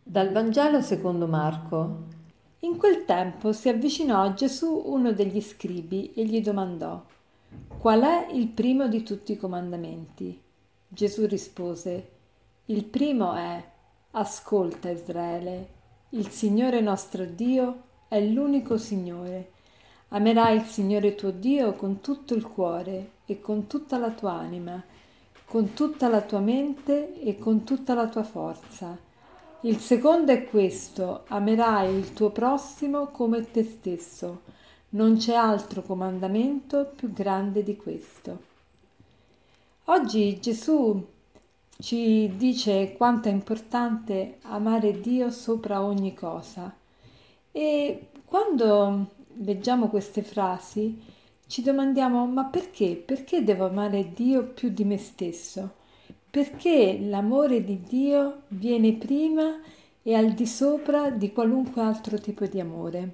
Dal Vangelo secondo Marco. In quel tempo si avvicinò a Gesù uno degli scribi e gli domandò: Qual è il primo di tutti i comandamenti? Gesù rispose: Il primo è: Ascolta Israele, il Signore nostro Dio è l'unico Signore. Amerai il Signore tuo Dio con tutto il cuore e con tutta la tua anima, con tutta la tua mente e con tutta la tua forza. Il secondo è questo: amerai il tuo prossimo come te stesso. Non c'è altro comandamento più grande di questo. Oggi Gesù ci dice quanto è importante amare Dio sopra ogni cosa. E quando leggiamo queste frasi ci domandiamo: ma perché? Perché devo amare Dio più di me stesso? Perché l'amore di Dio viene prima e al di sopra di qualunque altro tipo di amore.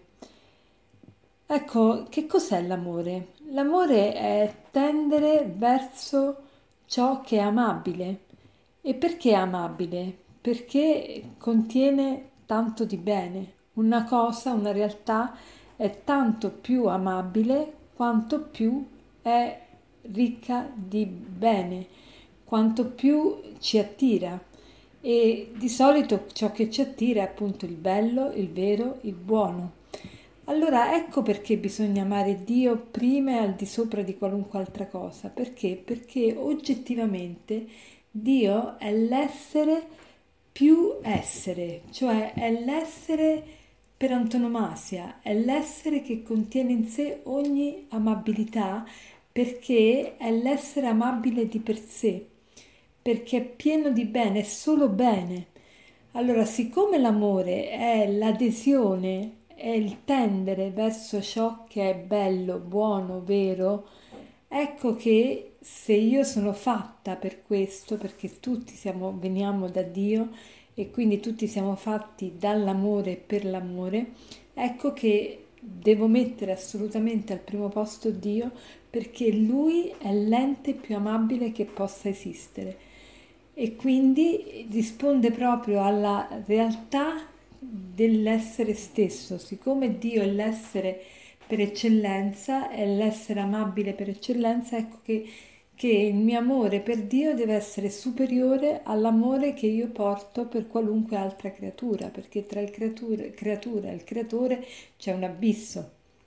Ecco, che cos'è l'amore? L'amore è tendere verso ciò che è amabile. E perché è amabile? Perché contiene tanto di bene. Una cosa, una realtà è tanto più amabile quanto più è ricca di bene, quanto più ci attira. E di solito ciò che ci attira è appunto il bello, il vero, il buono. Allora ecco perché bisogna amare Dio prima e al di sopra di qualunque altra cosa. Perché? Perché oggettivamente Dio è l'essere più essere, cioè è l'essere per antonomasia, è l'essere che contiene in sé ogni amabilità perché è l'essere amabile di per sé, perché è pieno di bene, è solo bene. Allora, siccome l'amore è l'adesione, è il tendere verso ciò che è bello, buono, vero, ecco che se io sono fatta per questo, perché tutti veniamo da Dio e quindi tutti siamo fatti dall'amore e per l'amore, ecco che devo mettere assolutamente al primo posto Dio perché Lui è l'ente più amabile che possa esistere e quindi risponde proprio alla realtà dell'essere stesso, siccome Dio è l'essere per eccellenza, è l'essere amabile per eccellenza, ecco che il mio amore per Dio deve essere superiore all'amore che io porto per qualunque altra creatura, perché tra il creatura e il creatore c'è un abisso.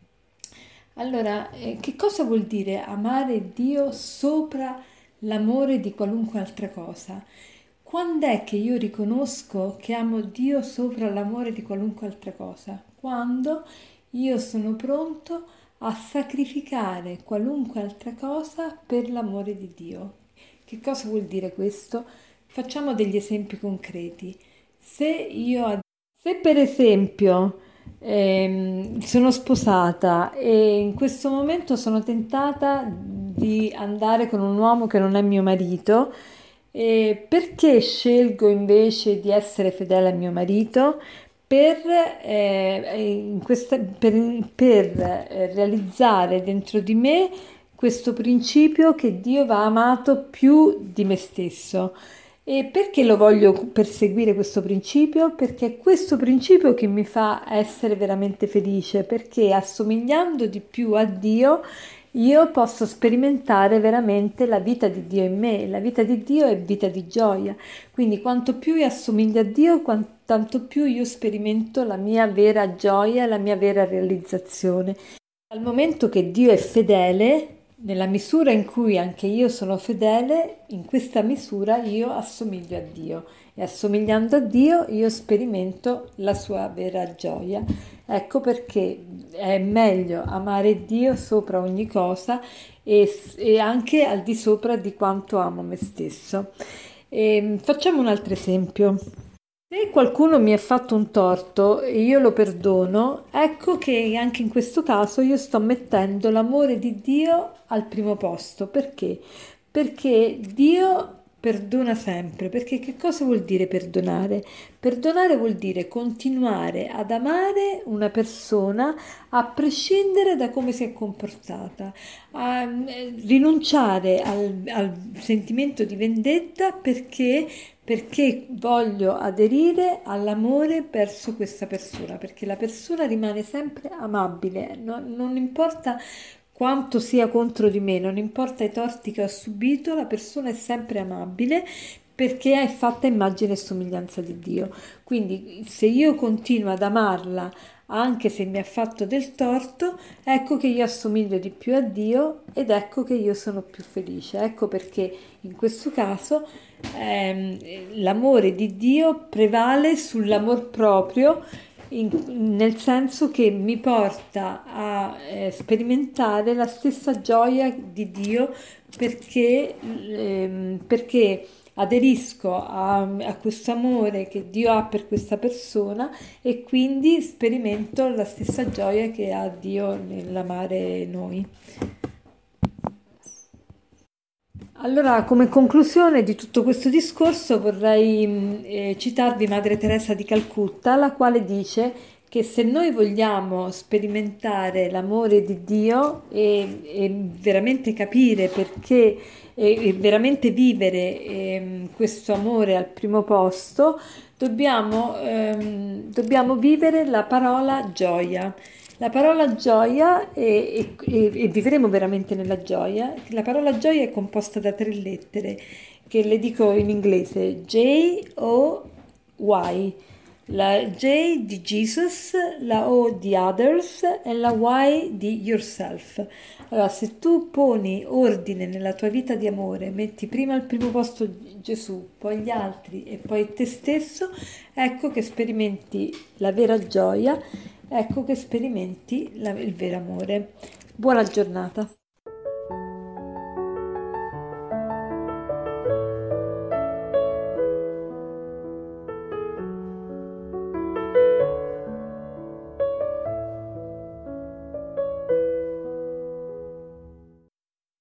Allora, che cosa vuol dire amare Dio sopra l'amore di qualunque altra cosa? Quando è che io riconosco che amo Dio sopra l'amore di qualunque altra cosa? Quando io sono pronto a sacrificare qualunque altra cosa per l'amore di Dio. Che cosa vuol dire questo? Facciamo degli esempi concreti. Se io, se per esempio sono sposata e in questo momento sono tentata di andare con un uomo che non è mio marito, perché scelgo invece di essere fedele a mio marito? Per, per realizzare dentro di me questo principio che Dio va amato più di me stesso. E perché lo voglio perseguire questo principio? Perché è questo principio che mi fa essere veramente felice, perché assomigliando di più a Dio io posso sperimentare veramente la vita di Dio in me. La vita di Dio è vita di gioia. Quindi quanto più io assomiglio a Dio, tanto più io sperimento la mia vera gioia, la mia vera realizzazione. Dal momento che Dio è fedele, nella misura in cui anche io sono fedele, in questa misura io assomiglio a Dio e assomigliando a Dio io sperimento la sua vera gioia. Ecco perché è meglio amare Dio sopra ogni cosa e anche al di sopra di quanto amo me stesso. Facciamo un altro esempio. Se qualcuno mi ha fatto un torto e io lo perdono, ecco che anche in questo caso io sto mettendo l'amore di Dio al primo posto. Perché? Perché Dio perdona sempre, perché che cosa vuol dire perdonare? Perdonare vuol dire continuare ad amare una persona a prescindere da come si è comportata, rinunciare al sentimento di vendetta perché voglio aderire all'amore verso questa persona, perché la persona rimane sempre amabile, non importa quanto sia contro di me, non importa i torti che ho subito, la persona è sempre amabile perché è fatta immagine e somiglianza di Dio. Quindi se io continuo ad amarla anche se mi ha fatto del torto, ecco che io assomiglio di più a Dio ed ecco che io sono più felice. Ecco perché in questo caso l'amore di Dio prevale sull'amor proprio, nel senso che mi porta a sperimentare la stessa gioia di Dio perché aderisco a questo amore che Dio ha per questa persona e quindi sperimento la stessa gioia che ha Dio nell'amare noi. Allora, come conclusione di tutto questo discorso vorrei citarvi Madre Teresa di Calcutta, la quale dice che se noi vogliamo sperimentare l'amore di Dio e veramente capire perché e veramente vivere questo amore al primo posto, dobbiamo vivere la parola gioia. La parola gioia e vivremo veramente nella gioia. La parola gioia è composta da 3 lettere che le dico in inglese J-O-Y. La J di Jesus, la O di others e la Y di yourself. Allora, se tu poni ordine nella tua vita di amore, metti prima al primo posto Gesù, poi gli altri e poi te stesso, ecco che sperimenti la vera gioia, ecco che sperimenti il vero amore. Buona giornata.